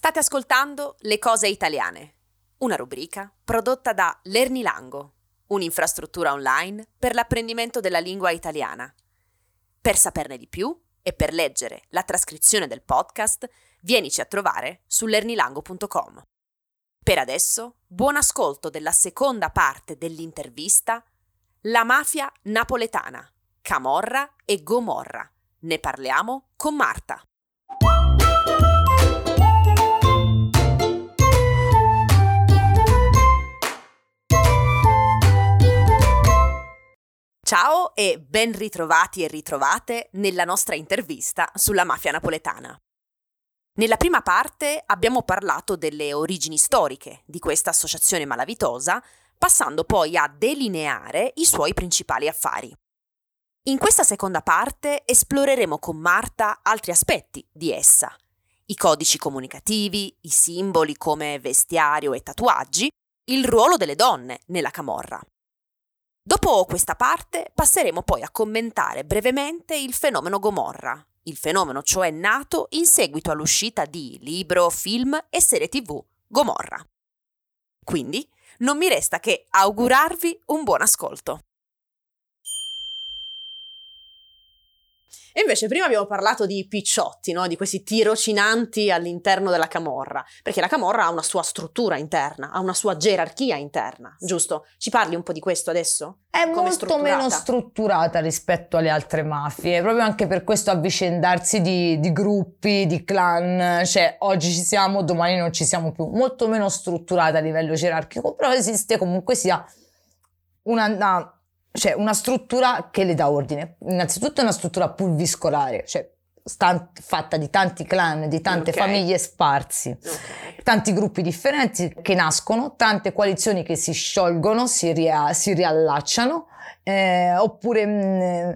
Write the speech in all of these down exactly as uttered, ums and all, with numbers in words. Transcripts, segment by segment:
State ascoltando Le cose italiane, una rubrica prodotta da Lernilango, un'infrastruttura online per l'apprendimento della lingua italiana. Per saperne di più e per leggere la trascrizione del podcast, vienici a trovare su lernilango punto com. Per adesso, buon ascolto della seconda parte dell'intervista La mafia napoletana, Camorra e Gomorra. Ne parliamo con Marta. Ciao e ben ritrovati e ritrovate nella nostra intervista sulla mafia napoletana. Nella prima parte abbiamo parlato delle origini storiche di questa associazione malavitosa, passando poi a delineare i suoi principali affari. In questa seconda parte esploreremo con Marta altri aspetti di essa: i codici comunicativi, i simboli come vestiario e tatuaggi, il ruolo delle donne nella camorra. Dopo questa parte passeremo poi a commentare brevemente il fenomeno Gomorra, il fenomeno cioè nato in seguito all'uscita di libro, film e serie tivù Gomorra. Quindi non mi resta che augurarvi un buon ascolto. E invece prima abbiamo parlato di picciotti, no? Di questi tirocinanti all'interno della camorra, perché la camorra ha una sua struttura interna, ha una sua gerarchia interna, giusto? Ci parli un po' di questo adesso? È Come molto meno strutturata rispetto alle altre mafie, proprio anche per questo avvicendarsi di, di gruppi, di clan, cioè oggi ci siamo, domani non ci siamo più, molto meno strutturata a livello gerarchico, però esiste comunque sia una... una Cioè una struttura che le dà ordine. Innanzitutto è una struttura pulviscolare, cioè stan- fatta di tanti clan, di tante Okay. famiglie sparsi, Okay. tanti gruppi differenti che nascono, tante coalizioni che si sciolgono, si, ria- si riallacciano, eh, oppure mh,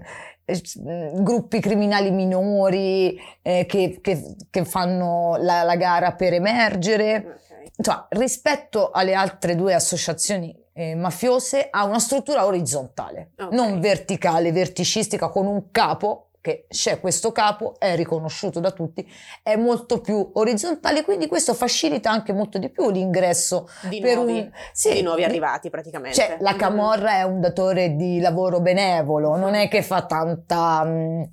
eh, gruppi criminali minori eh, che, che, che fanno la, la gara per emergere. Okay. Insomma, rispetto alle altre due associazioni eh, mafiose ha una struttura orizzontale, Ok. non verticale, verticistica, con un capo, che c'è questo capo, è riconosciuto da tutti, è molto più orizzontale, quindi questo facilita anche molto di più l'ingresso Di per nuovi, un... sì, di nuovi arrivati praticamente. Cioè, la camorra è un datore di lavoro benevolo, non è che Ok. fa tanta mh,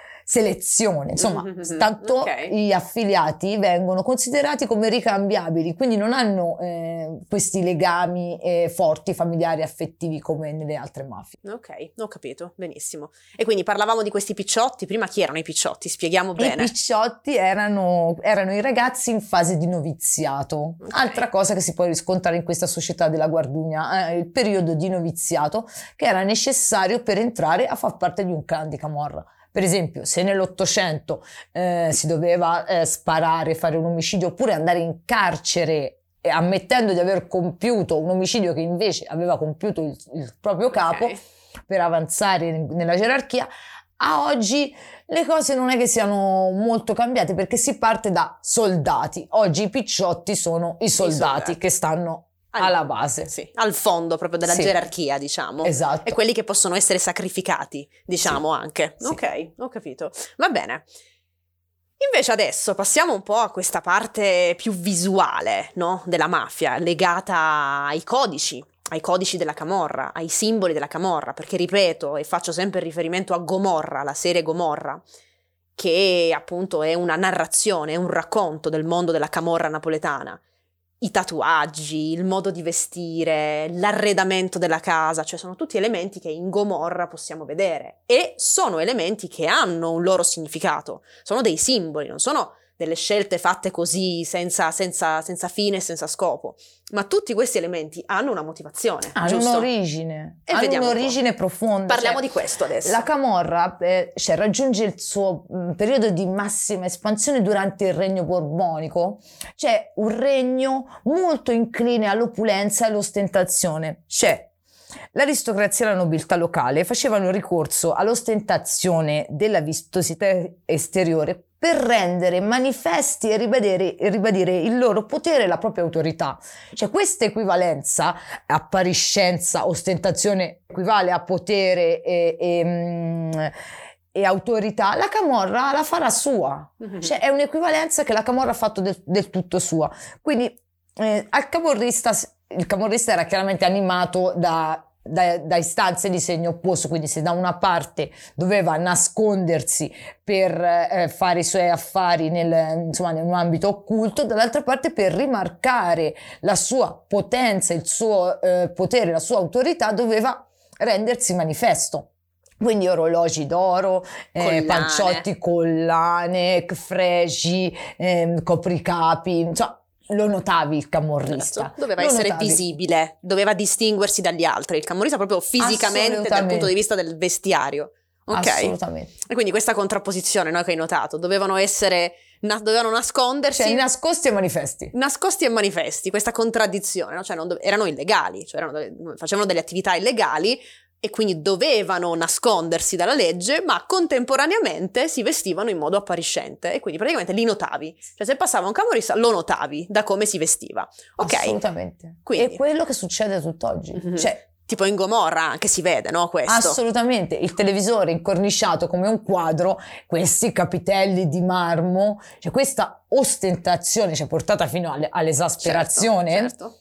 selezione, insomma, Mhm. tanto Ok. gli affiliati vengono considerati come ricambiabili, quindi non hanno eh, questi legami eh, forti, familiari, affettivi come nelle altre mafie. Ok, ho capito, benissimo. E quindi parlavamo di questi picciotti, prima chi erano i picciotti? Spieghiamo I bene. picciotti erano, erano i ragazzi in fase di noviziato. Ok. Altra cosa che si può riscontrare in questa società della Guardugna è il periodo di noviziato che era necessario per entrare a far parte di un clan di camorra. Per esempio, se nell'Ottocento eh, si doveva eh, sparare, fare un omicidio oppure andare in carcere eh, ammettendo di aver compiuto un omicidio che invece aveva compiuto il, il proprio capo, Ok. per avanzare nella gerarchia, a oggi le cose non è che siano molto cambiate perché si parte da soldati. Oggi i picciotti sono i soldati, soldati. che stanno Al- alla base. Sì, al fondo proprio della Sì. gerarchia, diciamo. Esatto. E quelli che possono essere sacrificati, diciamo anche. Sì. Ok, ho capito. Va bene. Invece adesso passiamo un po' a questa parte più visuale, no? Della mafia, legata ai codici, ai codici della camorra, ai simboli della camorra, perché ripeto e faccio sempre riferimento a Gomorra, la serie Gomorra, che appunto è una narrazione, è un racconto del mondo della camorra napoletana. I tatuaggi, il modo di vestire, l'arredamento della casa, cioè sono tutti elementi che in Gomorra possiamo vedere e sono elementi che hanno un loro significato, sono dei simboli, non sono delle scelte fatte così senza, senza, senza fine, senza scopo, ma tutti questi elementi hanno una motivazione, Hanno giusto? un'origine, E hanno vediamo un po'. un'origine profonda. Parliamo cioè, di questo adesso. La camorra eh, cioè, raggiunge il suo mh, periodo di massima espansione durante il regno borbonico, cioè un regno molto incline all'opulenza e all'ostentazione. Cioè, l'aristocrazia e la nobiltà locale facevano ricorso all'ostentazione della vistosità esteriore per rendere manifesti e ribadire, e ribadire il loro potere e la propria autorità. Cioè questa equivalenza, appariscenza, ostentazione, equivale a potere e, e, e autorità, la camorra la farà sua. Mm-hmm. Cioè è un'equivalenza che la camorra ha fatto del, del tutto sua. Quindi eh, al camorrista, il camorrista era chiaramente animato da, da, da istanze di segno opposto, quindi se da una parte doveva nascondersi per eh, fare i suoi affari nel, insomma, in un ambito occulto, dall'altra parte per rimarcare la sua potenza, il suo eh, potere, la sua autorità, doveva rendersi manifesto. Quindi orologi d'oro, eh, panciotti, collane, fregi, eh, copricapi, insomma, lo notavi il camorrista. Certo. Doveva lo essere notavi. visibile, doveva distinguersi dagli altri. Il camorrista proprio fisicamente dal punto di vista del vestiario. Ok. Assolutamente. E quindi questa contrapposizione, no, che hai notato, dovevano essere, na- dovevano nascondersi. Cioè nascosti e manifesti. Nascosti e manifesti, questa contraddizione, no? Cioè non dove- erano illegali, cioè erano, facevano delle attività illegali e quindi dovevano nascondersi dalla legge, ma contemporaneamente si vestivano in modo appariscente e quindi praticamente li notavi. Cioè se passava un camorrista lo notavi da come si vestiva. Ok. Assolutamente. Quindi. È quello che succede tutt'oggi. Mm-hmm. Cioè, tipo in Gomorra anche si vede, no? Questo. Assolutamente, il televisore incorniciato come un quadro, questi capitelli di marmo, cioè questa ostentazione, cioè portata fino alle, all'esasperazione, certo, certo.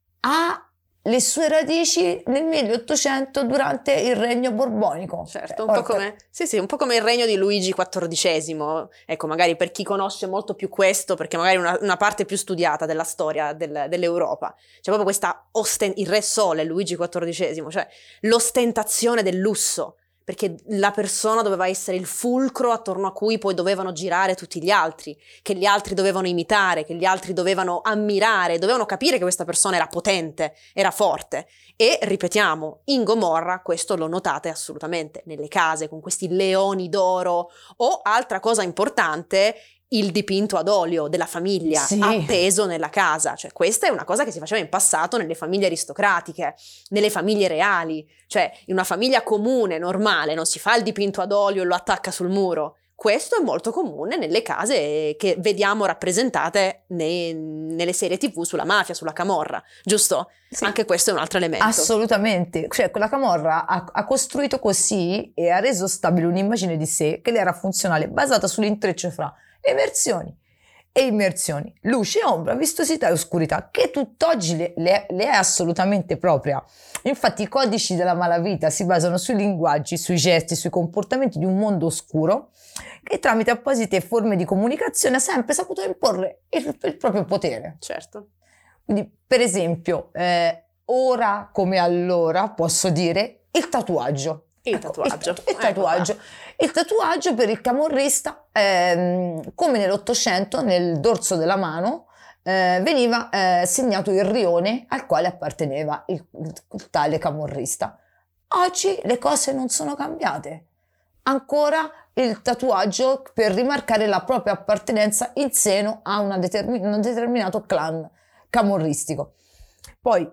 ha le sue radici nel milleottocento durante il regno borbonico. Certo, un po' come, sì, sì, un po' come il regno di Luigi quattordicesimo. Ecco, magari per chi conosce molto più questo, perché magari una, una parte più studiata della storia del, dell'Europa, c'è proprio questa ostent- il re sole, Luigi quattordicesimo, cioè l'ostentazione del lusso, perché la persona doveva essere il fulcro attorno a cui poi dovevano girare tutti gli altri, che gli altri dovevano imitare, che gli altri dovevano ammirare, dovevano capire che questa persona era potente, era forte. E, ripetiamo, in Gomorra questo lo notate assolutamente, nelle case con questi leoni d'oro o, altra cosa importante, il dipinto ad olio della famiglia, sì, appeso nella casa. Cioè questa è una cosa che si faceva in passato nelle famiglie aristocratiche, nelle famiglie reali. Cioè in una famiglia comune, normale, non si fa il dipinto ad olio e lo attacca sul muro. Questo è molto comune nelle case che vediamo rappresentate nei, nelle serie tv sulla mafia, sulla camorra, giusto? Sì. Anche questo è un altro elemento. Assolutamente, cioè la camorra ha, ha costruito così e ha reso stabile un'immagine di sé che le era funzionale, basata sull'intreccio fra emersioni e immersioni, luce e ombra, vistosità e oscurità, che tutt'oggi le, le, le è assolutamente propria. Infatti i codici della malavita si basano sui linguaggi, sui gesti, sui comportamenti di un mondo oscuro che tramite apposite forme di comunicazione ha sempre saputo imporre il, il proprio potere. Certo. Quindi, per esempio, eh, ora come allora posso dire il tatuaggio. Il tatuaggio. Il, il, tatuaggio. Eh, il tatuaggio per il camorrista, ehm, come nell'Ottocento, nel dorso della mano, eh, veniva eh, segnato il rione al quale apparteneva il, il, il tale camorrista. Oggi le cose non sono cambiate. Ancora il tatuaggio per rimarcare la propria appartenenza in seno a una determin- un determinato clan camorristico. Poi,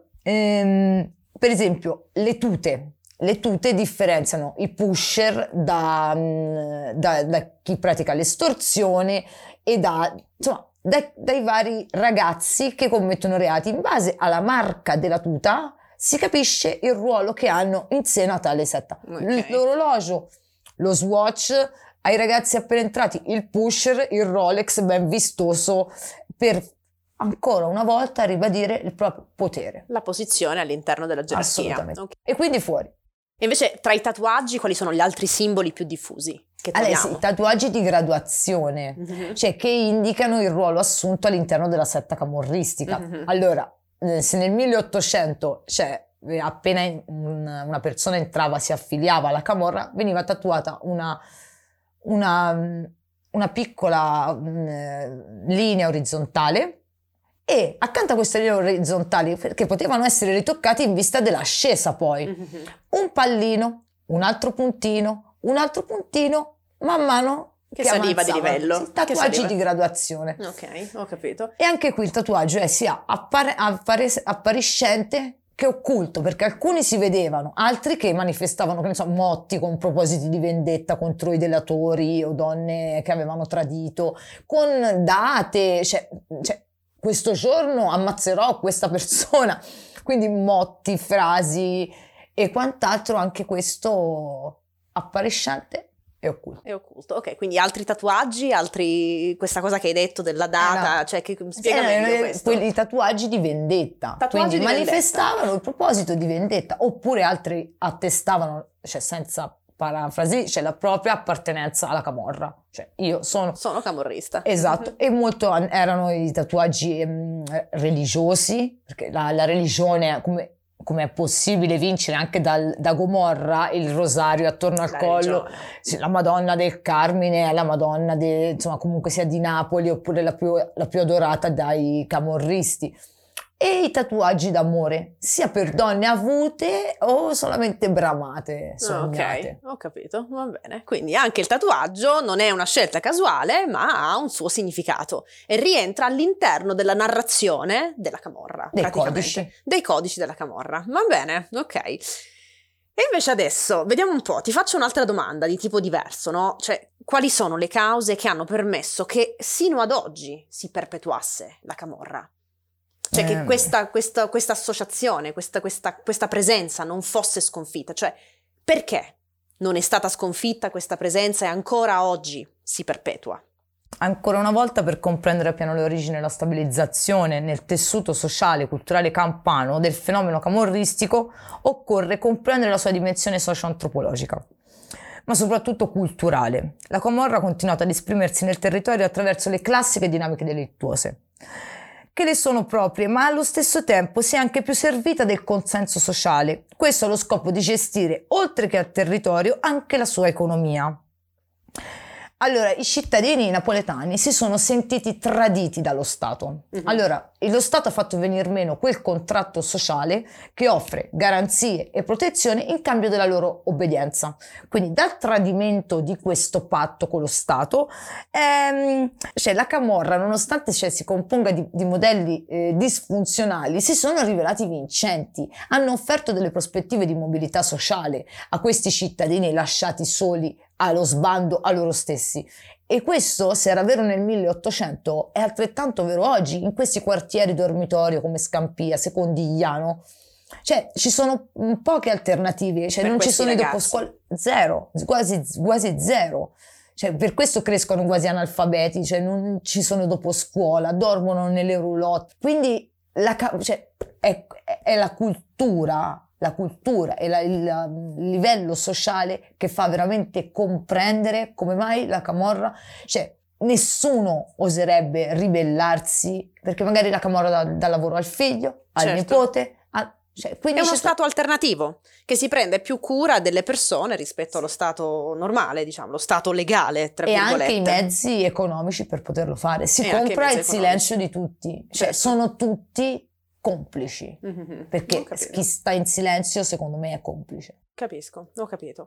ehm, per esempio, le tute. Le tute differenziano i pusher da, da, da chi pratica l'estorsione e da, insomma, dai, dai vari ragazzi che commettono reati. In base alla marca della tuta si capisce il ruolo che hanno in seno a tale setta. Okay. L'orologio, lo swatch, ai ragazzi appena entrati il pusher, il Rolex ben vistoso per ancora una volta ribadire il proprio potere. La posizione all'interno della gerarchia. Assolutamente. Okay. E quindi fuori. E invece tra i tatuaggi quali sono gli altri simboli più diffusi che troviamo? Allora, sì, tatuaggi di graduazione, mm-hmm. cioè che indicano il ruolo assunto all'interno della setta camorristica. Mm-hmm. Allora, se nel milleottocento, cioè appena una persona entrava, si affiliava alla camorra, veniva tatuata una, una, una piccola mh, linea orizzontale e accanto a queste linee orizzontali, che potevano essere ritoccate in vista dell'ascesa poi, mm-hmm. un pallino, un altro puntino, un altro puntino, man mano che, che saliva di livello. Sì, tatuaggi di graduazione. Ok, ho capito. E anche qui il tatuaggio è sia appare- appare- appariscente che occulto, perché alcuni si vedevano, altri che manifestavano, che ne so, motti con propositi di vendetta contro i delatori o donne che avevano tradito, con date, cioè, cioè questo giorno ammazzerò questa persona, quindi motti, frasi e quant'altro, anche questo appariscente è occulto. È occulto, ok, quindi altri tatuaggi, altri questa cosa che hai detto della data, eh no. cioè che spiega eh, meglio eh, questo. Quelli tatuaggi di vendetta, Tatuaggi quindi di manifestavano vendetta. il proposito di vendetta, oppure altri attestavano, cioè senza parafrasi, cioè la propria appartenenza alla camorra, cioè io sono sono camorrista, esatto, mm-hmm. E molto erano i tatuaggi um, religiosi, perché la, la religione come come è possibile vincere anche dal, da Gomorra il rosario attorno al la collo, sì, la Madonna del Carmine, la Madonna de, insomma comunque sia di Napoli, oppure la più, la più adorata dai camorristi, e i tatuaggi d'amore sia per donne avute o solamente bramate, sognate. Ok, ho capito, va bene. Quindi anche il tatuaggio non è una scelta casuale, ma ha un suo significato e rientra all'interno della narrazione della camorra, dei codici dei codici della camorra. Va bene, ok. E invece adesso vediamo un po', ti faccio un'altra domanda di tipo diverso, no? Cioè, quali sono le cause che hanno permesso che sino ad oggi si perpetuasse la camorra? Cioè che questa, questa, questa associazione, questa, questa, questa presenza non fosse sconfitta, cioè perché non è stata sconfitta questa presenza e ancora oggi si perpetua? Ancora una volta, per comprendere appieno le origini e la stabilizzazione nel tessuto sociale e culturale campano del fenomeno camorristico, occorre comprendere la sua dimensione socio-antropologica, ma soprattutto culturale. La camorra ha continuato ad esprimersi nel territorio attraverso le classiche dinamiche delittuose, che le sono proprie, ma allo stesso tempo si è anche più servita del consenso sociale. Questo allo scopo di gestire, oltre che al territorio, anche la sua economia. Allora, i cittadini napoletani si sono sentiti traditi dallo Stato. Uh-huh. Allora, lo Stato ha fatto venir meno quel contratto sociale che offre garanzie e protezione in cambio della loro obbedienza. Quindi dal tradimento di questo patto con lo Stato, ehm, cioè la camorra, nonostante cioè, si componga di, di modelli eh, disfunzionali, si sono rivelati vincenti. Hanno offerto delle prospettive di mobilità sociale a questi cittadini lasciati soli allo sbando a loro stessi. E questo, se era vero nel milleottocento, è altrettanto vero oggi in questi quartieri dormitorio come Scampia, Secondigliano. Cioè ci sono poche alternative, cioè per non ci sono i doposcuole, zero, quasi, quasi zero. Cioè, per questo crescono quasi analfabeti, cioè non ci sono doposcuola, dormono nelle roulotte. Quindi la, cioè, è, è la cultura la cultura e la, il, il livello sociale che fa veramente comprendere come mai la camorra, cioè nessuno oserebbe ribellarsi, perché magari la camorra dà, dà lavoro al figlio, al certo. nipote, a, cioè, quindi è uno stato alternativo che si prende più cura delle persone rispetto allo stato normale, diciamo, lo stato legale, tra e virgolette. Anche i mezzi economici per poterlo fare. Si e compra il silenzio di tutti, cioè certo. sono tutti complici, mm-hmm. perché chi sta in silenzio secondo me è complice. Capisco, ho capito.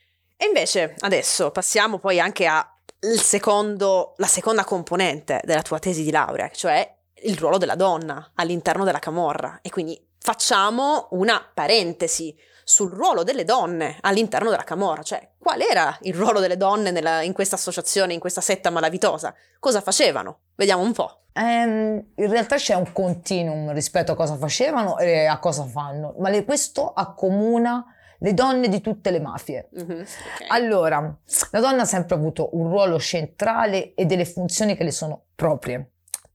E invece adesso passiamo poi anche a il secondo, la seconda componente della tua tesi di laurea, cioè il ruolo della donna all'interno della camorra, e quindi facciamo una parentesi sul ruolo delle donne all'interno della camorra, cioè qual era il ruolo delle donne nella, in questa associazione, in questa setta malavitosa, cosa facevano? Vediamo un po'. Um, in realtà c'è un continuum rispetto a cosa facevano e a cosa fanno, ma le, questo accomuna le donne di tutte le mafie. Mm-hmm, okay. Allora, la donna ha sempre avuto un ruolo centrale e delle funzioni che le sono proprie.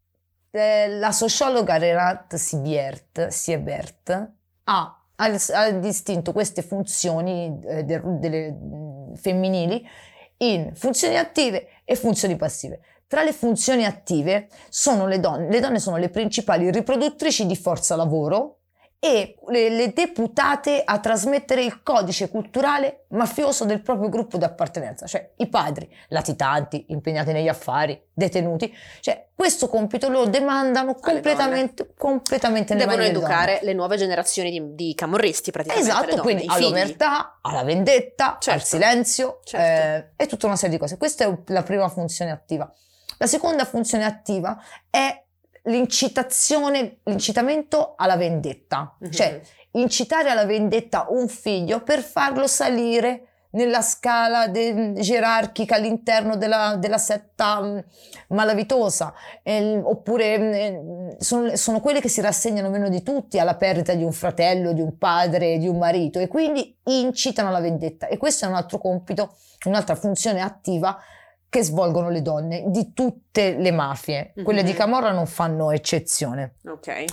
Eh, la sociologa Renate Siebert, Siebert ha, ha, ha distinto queste funzioni eh, de, delle mh, femminili in funzioni attive e funzioni passive. Tra le funzioni attive sono le donne, le donne sono le principali riproduttrici di forza lavoro e le, le deputate a trasmettere il codice culturale mafioso del proprio gruppo di appartenenza, cioè i padri, latitanti, impegnati negli affari, detenuti, cioè questo compito lo demandano completamente, completamente nelle devono mani delle educare donne. Le nuove generazioni di, di camorristi praticamente. Esatto, quindi all'omertà, alla vendetta, certo. al silenzio certo. eh, e tutta una serie di cose. Questa è la prima funzione attiva. La seconda funzione attiva è l'incitazione, l'incitamento alla vendetta, mm-hmm. cioè incitare alla vendetta un figlio per farlo salire nella scala de- gerarchica all'interno della, della setta mh, malavitosa, eh, oppure eh, sono, sono quelli che si rassegnano meno di tutti alla perdita di un fratello, di un padre, di un marito, e quindi incitano alla vendetta. E questo è un altro compito, un'altra funzione attiva che svolgono le donne di tutte le mafie. Mm-hmm. Quelle di Camorra non fanno eccezione. Ok.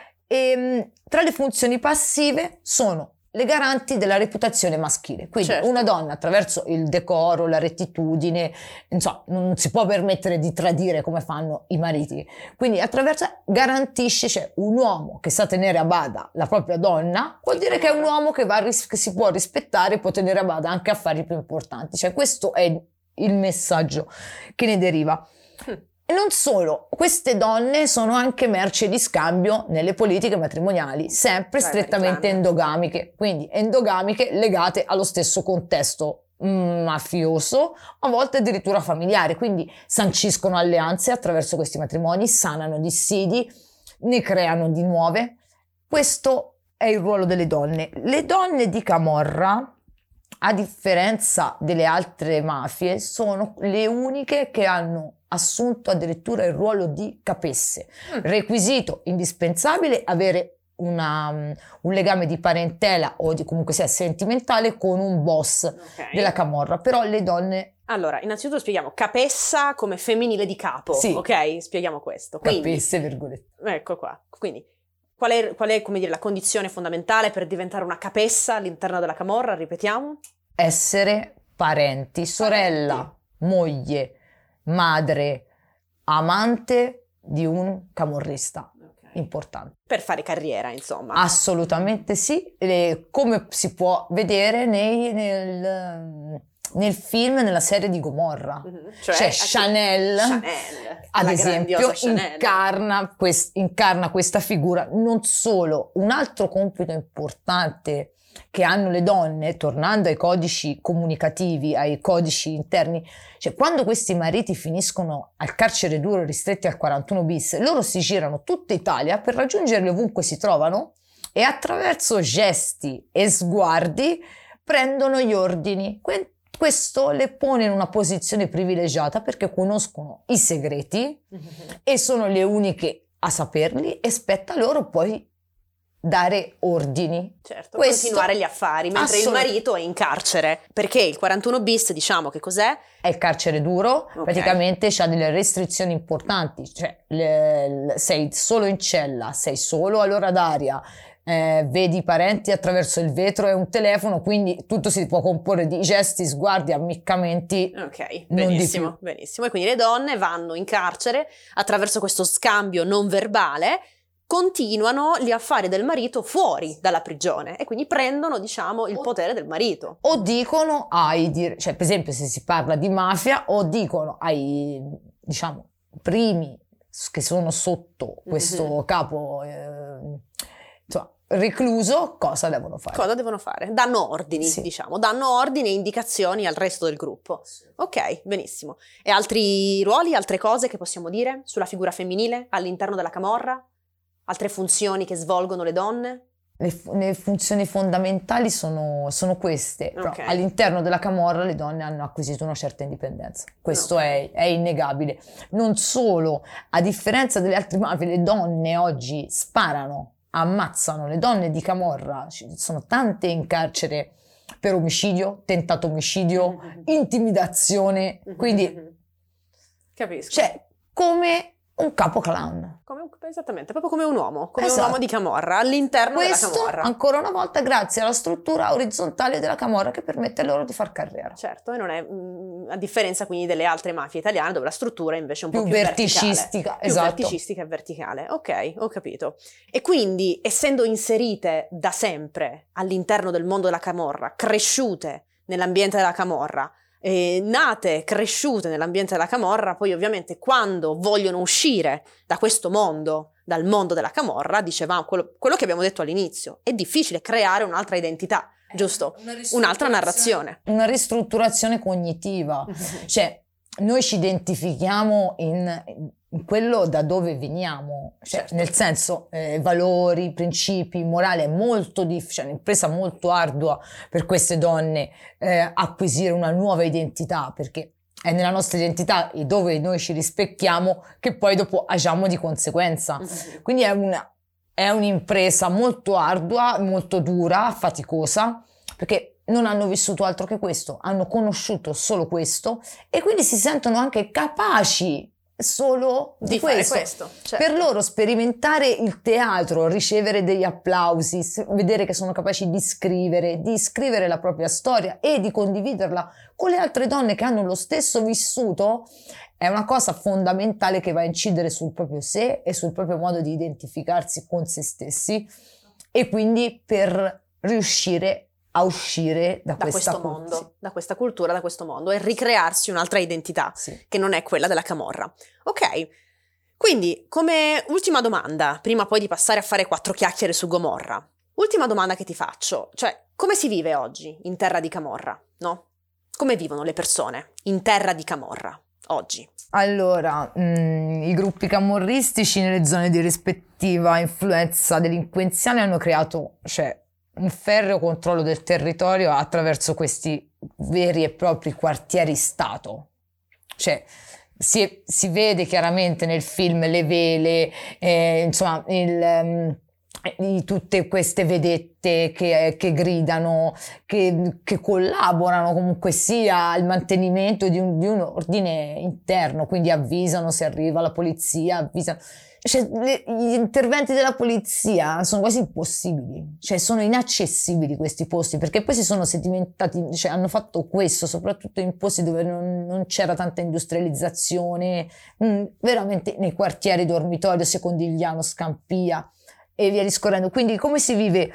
E, tra le funzioni passive sono le garanti della reputazione maschile. Quindi certo. Una donna, attraverso il decoro, la rettitudine, insomma, non si può permettere di tradire come fanno i mariti. Quindi attraverso garantisce, cioè un uomo che sa tenere a bada la propria donna, vuol dire che è un uomo che, va, che si può rispettare e può tenere a bada anche affari più importanti. Cioè questo è il messaggio che ne deriva. Hm. E non solo, queste donne sono anche merce di scambio nelle politiche matrimoniali, sempre Beh, strettamente endogamiche, quindi endogamiche legate allo stesso contesto mafioso, a volte addirittura familiare, quindi sanciscono alleanze attraverso questi matrimoni, sanano dissidi, ne creano di nuove. Questo è il ruolo delle donne. Le donne di Camorra, a differenza delle altre mafie, sono le uniche che hanno assunto addirittura il ruolo di capesse. Mm. Requisito indispensabile avere una, un legame di parentela o di comunque sia sentimentale con un boss okay. della Camorra, però le donne... Allora, innanzitutto spieghiamo capessa come femminile di capo, sì. Ok? Spieghiamo questo. Quindi, capesse, virgolette. Ecco qua, quindi qual è, qual è come dire, la condizione fondamentale per diventare una capessa all'interno della Camorra? Ripetiamo. Essere parenti, sorella, parenti. moglie, madre, amante di un camorrista okay. importante. Per fare carriera, insomma. Assolutamente sì, e come si può vedere nei, nel, nel film, nella serie di Gomorra. Mm-hmm. Cioè, cioè Chanel, Chanel, ad esempio, incarna, quest, incarna questa figura. Non solo, un altro compito importante che hanno le donne, tornando ai codici comunicativi, ai codici interni, cioè quando questi mariti finiscono al carcere duro ristretti al quarantuno bis, loro si girano tutta Italia per raggiungerli ovunque si trovano e attraverso gesti e sguardi prendono gli ordini. Que- questo le pone in una posizione privilegiata perché conoscono i segreti mm-hmm. e sono le uniche a saperli e spetta loro poi dare ordini. Certo, Questo continuare gli affari, mentre assolut- il marito è in carcere. Perché il quarantuno bis, diciamo che cos'è? È il carcere duro, okay. praticamente c'ha delle restrizioni importanti, cioè le, le, sei solo in cella, sei solo all'ora d'aria, eh, vedi i parenti attraverso il vetro e un telefono, quindi tutto si può comporre di gesti, sguardi, ammiccamenti. Ok, benissimo, benissimo. E quindi le donne vanno in carcere attraverso questo scambio non verbale, continuano gli affari del marito fuori dalla prigione e quindi prendono, diciamo, il potere del marito. O dicono ai, cioè per esempio se si parla di mafia, o dicono ai, diciamo, primi che sono sotto questo mm-hmm. capo, eh, insomma, recluso, cosa devono fare. Cosa devono fare? Danno ordini, sì. diciamo, danno ordini e indicazioni al resto del gruppo. Sì. Ok, benissimo. E altri ruoli, altre cose che possiamo dire sulla figura femminile all'interno della Camorra? Altre funzioni che svolgono le donne? Le, le funzioni fondamentali sono, sono queste. Okay. Però all'interno della Camorra le donne hanno acquisito una certa indipendenza. Questo okay. è, è innegabile. Non solo, a differenza delle altre mafie, le donne oggi sparano, ammazzano. Le donne di Camorra, ci sono tante in carcere per omicidio, tentato omicidio, mm-hmm. intimidazione. Mm-hmm. Quindi, capisco. Cioè, come un capo clown. Come un, esattamente, proprio come un uomo, come esatto. un uomo di Camorra, all'interno Questo, della Camorra. ancora una volta, grazie alla struttura orizzontale della Camorra che permette loro di far carriera. Certo, e non è, mh, a differenza quindi delle altre mafie italiane, dove la struttura è invece un più po' più verticistica. Verticale, esatto. Più verticistica e verticale. Ok, ho capito. E quindi, essendo inserite da sempre all'interno del mondo della Camorra, cresciute nell'ambiente della Camorra, Eh, nate, cresciute nell'ambiente della Camorra, poi ovviamente quando vogliono uscire da questo mondo, dal mondo della Camorra, dicevamo quello, quello che abbiamo detto all'inizio, è difficile creare un'altra identità, giusto? Una Un'altra narrazione. Una ristrutturazione cognitiva, cioè noi ci identifichiamo in, in quello da dove veniamo, Cioè, certo. Nel senso, eh, valori, principi, morale, è molto difficile, è un'impresa molto ardua per queste donne eh, acquisire una nuova identità, perché è nella nostra identità e dove noi ci rispecchiamo che poi dopo agiamo di conseguenza. Mm-hmm. Quindi è, una, è un'impresa molto ardua, molto dura, faticosa, perché non hanno vissuto altro che questo, hanno conosciuto solo questo e quindi si sentono anche capaci solo di, di questo. Fare questo. Certo. Per loro sperimentare il teatro, ricevere degli applausi, vedere che sono capaci di scrivere, di scrivere la propria storia e di condividerla con le altre donne che hanno lo stesso vissuto, è una cosa fondamentale che va a incidere sul proprio sé e sul proprio modo di identificarsi con se stessi e quindi per riuscire a uscire da, da questa questo cult- mondo, sì. da questa cultura, da questo mondo e ricrearsi un'altra identità Sì. che non è quella della camorra. Ok, quindi come ultima domanda, prima poi di passare a fare quattro chiacchiere su Gomorra, ultima domanda che ti faccio, cioè come si vive oggi in terra di Camorra, no? Come vivono le persone in terra di Camorra oggi? Allora, mh, i gruppi camorristici nelle zone di rispettiva influenza delinquenziale hanno creato, cioè, un ferreo controllo del territorio attraverso questi veri e propri quartieri stato. Cioè, si, si vede chiaramente nel film le vele, eh, insomma, il, um, di tutte queste vedette che, che gridano, che, che collaborano comunque sia al mantenimento di un, di un ordine interno, quindi avvisano se arriva la polizia, avvisano. Cioè, le, gli interventi della polizia sono quasi impossibili, cioè sono inaccessibili questi posti, perché poi si sono sedimentati, cioè hanno fatto questo soprattutto in posti dove non, non c'era tanta industrializzazione, mh, veramente nei quartieri dormitorio, Secondigliano, Scampia e via discorrendo. Quindi come si vive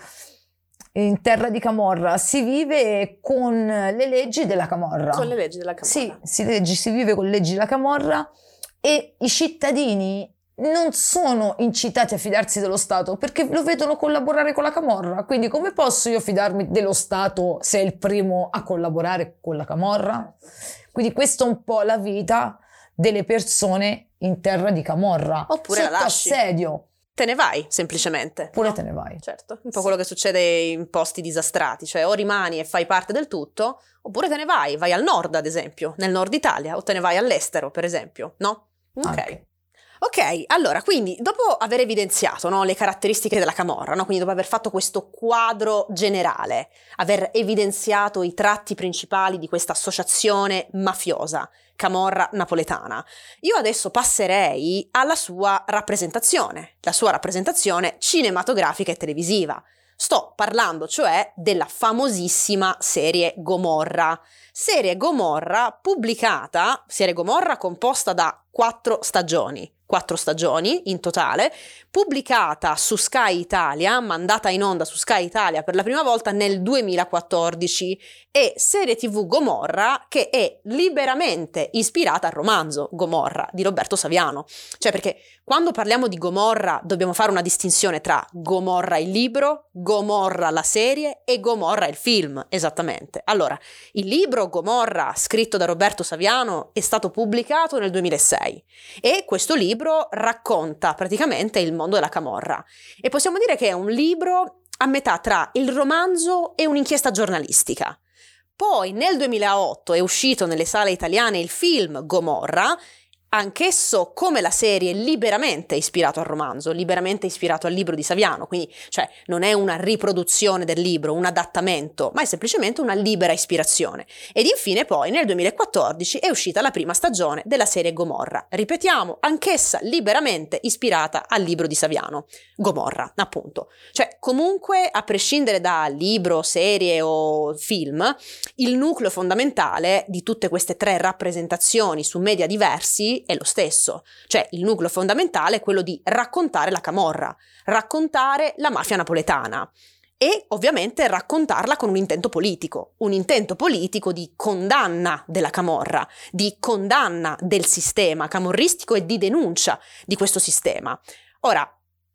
in terra di Camorra? Si vive con le leggi della Camorra. Con le leggi della Camorra. Sì, si, leggi, si vive con le leggi della Camorra e i cittadini non sono incitati a fidarsi dello Stato perché lo vedono collaborare con la Camorra. Quindi come posso io fidarmi dello Stato se è il primo a collaborare con la Camorra? Quindi questa è un po' la vita delle persone in terra di Camorra. Oppure sotto la lasci. assedio. Te ne vai, semplicemente. Oppure no? te ne vai. Certo, un po' quello che succede in posti disastrati, cioè o rimani e fai parte del tutto, oppure te ne vai, vai al nord ad esempio, nel nord Italia, o te ne vai all'estero per esempio, no? Ok. Anche. Ok, allora, quindi dopo aver evidenziato, no, le caratteristiche della Camorra, no, quindi dopo aver fatto questo quadro generale, aver evidenziato i tratti principali di questa associazione mafiosa, Camorra napoletana, io adesso passerei alla sua rappresentazione, la sua rappresentazione cinematografica e televisiva. Sto parlando cioè della famosissima serie Gomorra. Serie Gomorra pubblicata, serie Gomorra composta da quattro stagioni. Quattro stagioni in totale, pubblicata su Sky Italia, mandata in onda su Sky Italia per la prima volta nel duemilaquattordici, e serie tivù Gomorra che è liberamente ispirata al romanzo Gomorra di Roberto Saviano. Cioè, perché quando parliamo di Gomorra dobbiamo fare una distinzione tra Gomorra il libro, Gomorra la serie e Gomorra il film, esattamente. Allora, il libro Gomorra, scritto da Roberto Saviano, è stato pubblicato nel duemilasei e questo libro racconta praticamente il mondo della Camorra e possiamo dire che è un libro a metà tra il romanzo e un'inchiesta giornalistica. Poi nel duemilaotto è uscito nelle sale italiane il film Gomorra, anch'esso come la serie liberamente ispirato al romanzo, liberamente ispirato al libro di Saviano, quindi cioè non è una riproduzione del libro, un adattamento, ma è semplicemente una libera ispirazione. Ed infine poi nel duemilaquattordici è uscita la prima stagione della serie Gomorra, ripetiamo, anch'essa liberamente ispirata al libro di Saviano, Gomorra, appunto. Cioè comunque, a prescindere da libro, serie o film, il nucleo fondamentale di tutte queste tre rappresentazioni su media diversi è lo stesso, cioè il nucleo fondamentale è quello di raccontare la Camorra, raccontare la mafia napoletana e ovviamente raccontarla con un intento politico, un intento politico di condanna della Camorra, di condanna del sistema camorristico e di denuncia di questo sistema. Ora,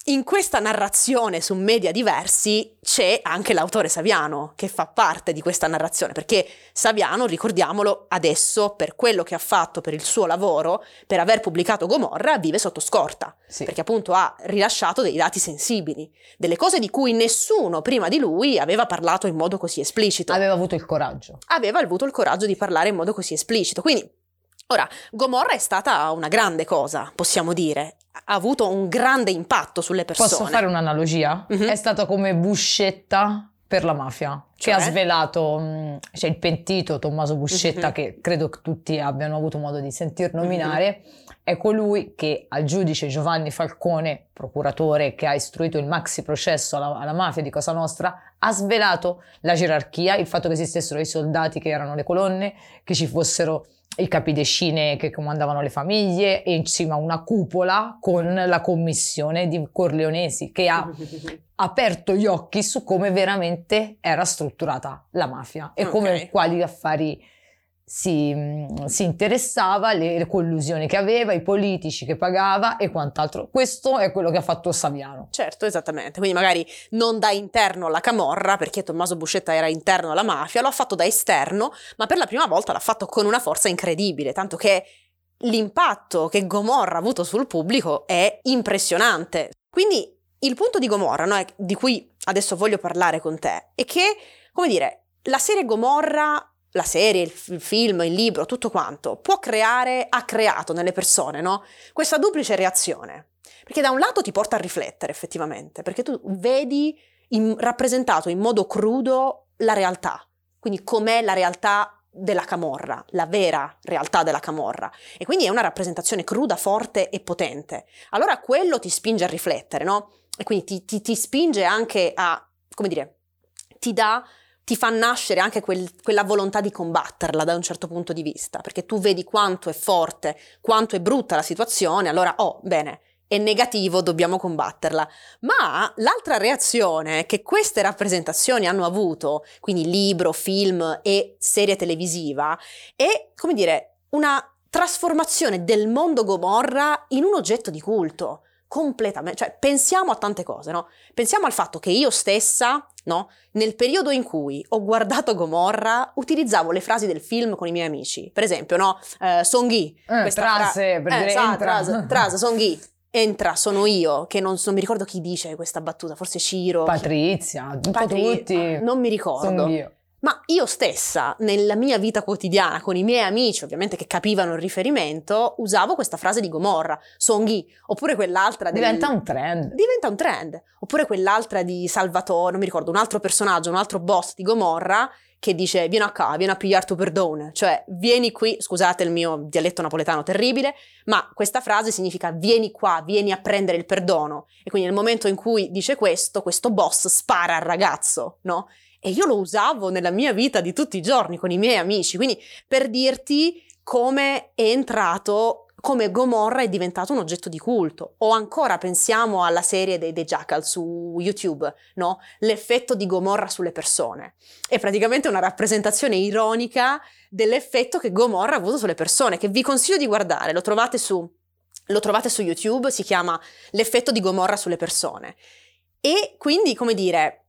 in questa narrazione su media diversi c'è anche l'autore Saviano che fa parte di questa narrazione, perché Saviano, ricordiamolo, adesso per quello che ha fatto, per il suo lavoro, per aver pubblicato Gomorra, vive sotto scorta, sì. Perché appunto ha rilasciato dei dati sensibili, delle cose di cui nessuno prima di lui aveva parlato in modo così esplicito. Aveva avuto il coraggio. Aveva avuto il coraggio di parlare in modo così esplicito, quindi ora, Gomorra è stata una grande cosa, possiamo dire, ha avuto un grande impatto sulle persone. Posso fare un'analogia? Mm-hmm. È stata come Buscetta per la mafia, cioè? Che ha svelato, cioè il pentito Tommaso Buscetta, mm-hmm. che credo che tutti abbiano avuto modo di sentir nominare, mm-hmm. è colui che al giudice Giovanni Falcone, procuratore che ha istruito il maxi processo alla, alla mafia di Cosa Nostra, ha svelato la gerarchia, il fatto che esistessero i soldati che erano le colonne, che ci fossero i capidecine che comandavano le famiglie e insieme a una cupola con la commissione di Corleonesi che ha aperto gli occhi su come veramente era strutturata la mafia e come okay. quali affari si, si interessava, le, le collusioni che aveva, i politici che pagava e quant'altro. Questo è quello che ha fatto Saviano. Certo, esattamente. Quindi magari non da interno alla camorra, perché Tommaso Buscetta era interno alla mafia, lo ha fatto da esterno, ma per la prima volta l'ha fatto con una forza incredibile, tanto che l'impatto che Gomorra ha avuto sul pubblico è impressionante. Quindi il punto di Gomorra, no, di cui adesso voglio parlare con te, è che, come dire, la serie Gomorra, la serie, il, f- il film, il libro, tutto quanto, può creare, ha creato nelle persone, no? Questa duplice reazione. Perché da un lato ti porta a riflettere effettivamente, perché tu vedi in, rappresentato in modo crudo la realtà. Quindi com'è la realtà della camorra, la vera realtà della camorra. E quindi è una rappresentazione cruda, forte e potente. Allora quello ti spinge a riflettere, no? E quindi ti, ti, ti spinge anche a, come dire, ti dà... ti fa nascere anche quel, quella volontà di combatterla da un certo punto di vista, perché tu vedi quanto è forte, quanto è brutta la situazione, allora, oh, bene, è negativo, dobbiamo combatterla. Ma l'altra reazione che queste rappresentazioni hanno avuto, quindi libro, film e serie televisiva, è, come dire, una trasformazione del mondo Gomorra in un oggetto di culto. Completamente, cioè pensiamo a tante cose, no? Pensiamo al fatto che io stessa, no? Nel periodo in cui ho guardato Gomorra, utilizzavo le frasi del film con i miei amici. Per esempio, no? Uh, Songhi. Eh, questa frase, fra- per eh, sa, Tras, Tras, Songhi. Entra, sono io, che non, non mi ricordo chi dice questa battuta, forse Ciro. Patrizia, un po' Patri- tutti. Non mi ricordo. Sono io. Ma io stessa, nella mia vita quotidiana, con i miei amici, ovviamente che capivano il riferimento, usavo questa frase di Gomorra, Songhi, oppure quell'altra del... Diventa un trend. Diventa un trend. Oppure quell'altra di Salvatore, non mi ricordo, un altro personaggio, un altro boss di Gomorra, che dice, vieni qua, vieni a pigliar tu perdone. Cioè, vieni qui, scusate il mio dialetto napoletano terribile, ma questa frase significa vieni qua, vieni a prendere il perdono. E quindi nel momento in cui dice questo, questo boss spara al ragazzo, no? E io lo usavo nella mia vita di tutti i giorni con i miei amici, quindi per dirti come è entrato, come Gomorra è diventato un oggetto di culto. O ancora pensiamo alla serie dei, dei Jackal su YouTube, no? L'effetto di Gomorra sulle persone. È praticamente una rappresentazione ironica dell'effetto che Gomorra ha avuto sulle persone, che vi consiglio di guardare, lo trovate su, lo trovate su YouTube, si chiama L'effetto di Gomorra sulle persone. E quindi, come dire...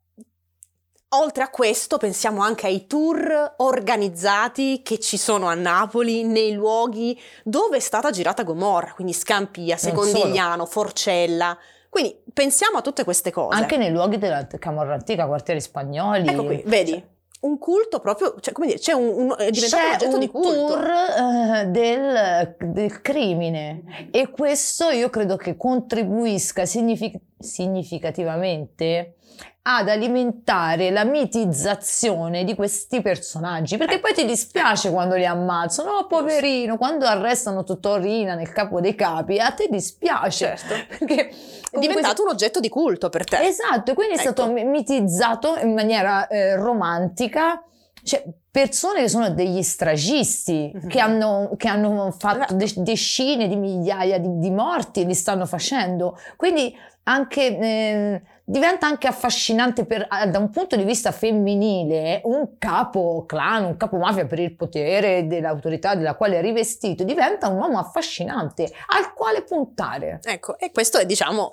Oltre a questo pensiamo anche ai tour organizzati che ci sono a Napoli, nei luoghi dove è stata girata Gomorra, quindi Scampia, Secondigliano, Forcella. Quindi pensiamo a tutte queste cose. Anche nei luoghi della Camorra Antica, quartieri spagnoli. Ecco qui, vedi? Cioè, un culto proprio, cioè come dire, c'è un, un è diventato c'è un oggetto un di culto. tour uh, del, del crimine e questo io credo che contribuisca signific- significativamente ad alimentare la mitizzazione di questi personaggi, perché eh. poi ti dispiace quando li ammazzano, oh poverino, quando arrestano Totorina nel capo dei capi, a te dispiace, certo. Perché è diventato un oggetto di culto per te. Esatto, e quindi ecco. È stato mitizzato in maniera eh, romantica, cioè persone che sono degli stragisti, mm-hmm. che, hanno, che hanno fatto de- decine di migliaia di, di morti, li stanno facendo, quindi anche... Eh, diventa anche affascinante per, da un punto di vista femminile, un capo clan, un capo mafia per il potere dell'autorità della quale è rivestito, diventa un uomo affascinante al quale puntare. Ecco, e questo è, diciamo,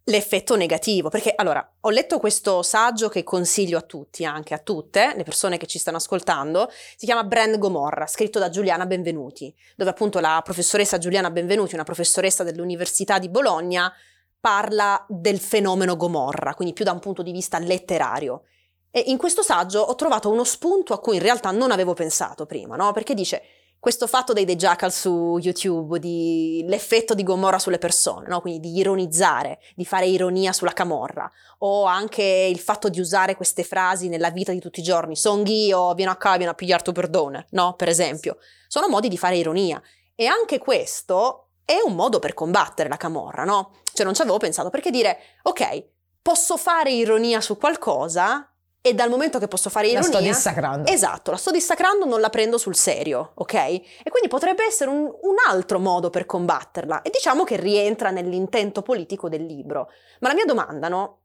l'effetto negativo, perché allora ho letto questo saggio che consiglio a tutti, anche a tutte le persone che ci stanno ascoltando, si chiama Brand Gomorra, scritto da Giuliana Benvenuti, dove appunto la professoressa Giuliana Benvenuti, una professoressa dell'Università di Bologna, parla del fenomeno Gomorra, quindi più da un punto di vista letterario. E in questo saggio ho trovato uno spunto a cui in realtà non avevo pensato prima, no? Perché dice questo fatto dei The Jackal su YouTube, di l'effetto di Gomorra sulle persone, no? Quindi di ironizzare, di fare ironia sulla camorra, o anche il fatto di usare queste frasi nella vita di tutti i giorni, songhio, vieni a qua, vieni a pigliar tu perdone, no? Per esempio, sono modi di fare ironia. E anche questo è un modo per combattere la camorra, no? Cioè non ci avevo pensato, perché dire, ok, posso fare ironia su qualcosa, e dal momento che posso fare ironia... La sto dissacrando. Esatto, la sto dissacrando, non la prendo sul serio, ok? E quindi potrebbe essere un, un altro modo per combatterla, e diciamo che rientra nell'intento politico del libro. Ma la mia domanda, no,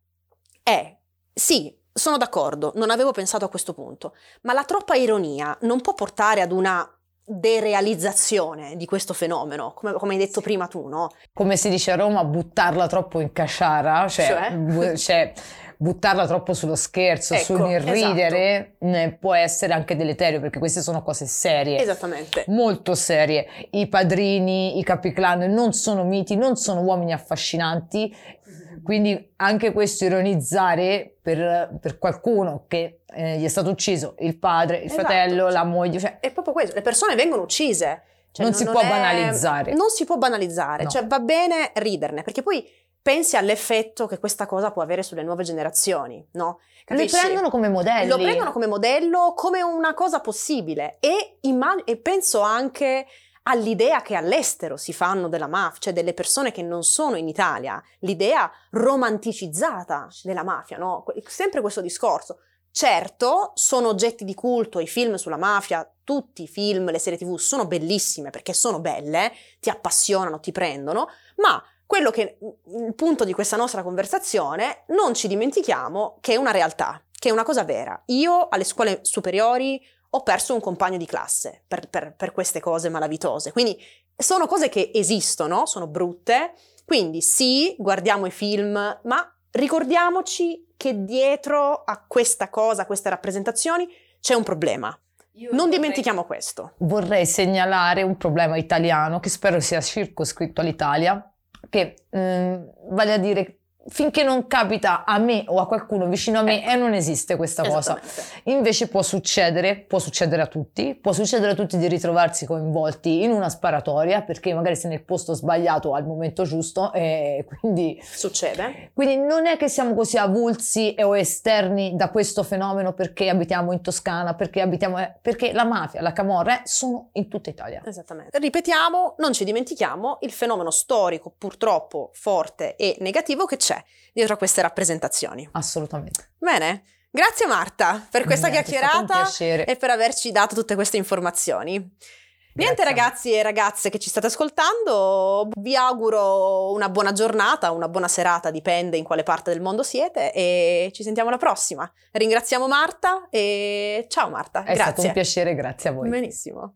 è, sì, sono d'accordo, non avevo pensato a questo punto, ma la troppa ironia non può portare ad una derealizzazione di questo fenomeno, come, come hai detto prima tu, no? Come si dice a Roma, buttarla troppo in casciara, cioè... Cioè? Bu- cioè buttarla troppo sullo scherzo, Ecco, sull'irridere, esatto. può essere anche deleterio, perché queste sono cose serie. Esattamente. Molto serie. I padrini, i Capiclan non sono miti, non sono uomini affascinanti, quindi anche questo ironizzare per, per qualcuno che eh, gli è stato ucciso il padre, il Esatto. fratello, la moglie, cioè È proprio questo, le persone vengono uccise. Cioè, non, non si non può è- banalizzare. Non si può banalizzare, No. cioè va bene riderne, perché poi pensi all'effetto che questa cosa può avere sulle nuove generazioni, no? Li Capisci? prendono come modelli. Lo prendono come modello, come una cosa possibile, e, immag- e penso anche all'idea che all'estero si fanno della mafia, cioè delle persone che non sono in Italia, l'idea romanticizzata della mafia, no? Que- Sempre questo discorso. Certo, sono oggetti di culto, i film sulla mafia, tutti i film, le serie tivù sono bellissime perché sono belle, ti appassionano, ti prendono, ma quello che il punto di questa nostra conversazione, non ci dimentichiamo che è una realtà, che è una cosa vera. Io alle scuole superiori ho perso un compagno di classe per, per, per queste cose malavitose, quindi sono cose che esistono, sono brutte, quindi sì, guardiamo i film, ma ricordiamoci che dietro a questa cosa, a queste rappresentazioni, c'è un problema. Io Non vorrei- dimentichiamo questo. Vorrei segnalare un problema italiano che spero sia circoscritto all'Italia, che ehm, vale a dire, finché non capita a me o a qualcuno vicino a me, Ecco. e non esiste questa cosa. Esattamente. Invece può succedere, può succedere a tutti, può succedere a tutti di ritrovarsi coinvolti in una sparatoria perché magari sei nel posto sbagliato al momento giusto, e quindi, Succede. quindi non è che siamo così avulsi e o esterni da questo fenomeno perché abitiamo in Toscana, perché abitiamo, eh, perché la mafia, la camorra eh, sono in tutta Italia. Esattamente. Ripetiamo, non ci dimentichiamo il fenomeno storico purtroppo forte e negativo che c'è dietro a queste rappresentazioni. Assolutamente. Bene, grazie Marta per questa Niente, è stato un chiacchierata piacere. e per averci dato tutte queste informazioni. Niente Grazie. ragazzi e ragazze che ci state ascoltando, vi auguro una buona giornata, una buona serata, dipende in quale parte del mondo siete, e ci sentiamo alla prossima. Ringraziamo Marta e ciao Marta, È grazie. stato un piacere, grazie a voi. Benissimo.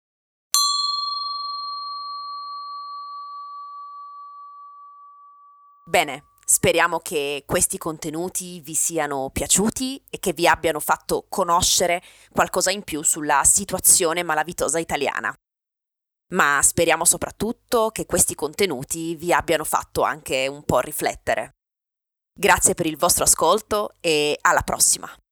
Bene, speriamo che questi contenuti vi siano piaciuti e che vi abbiano fatto conoscere qualcosa in più sulla situazione malavitosa italiana. Ma speriamo soprattutto che questi contenuti vi abbiano fatto anche un po' riflettere. Grazie per il vostro ascolto e alla prossima!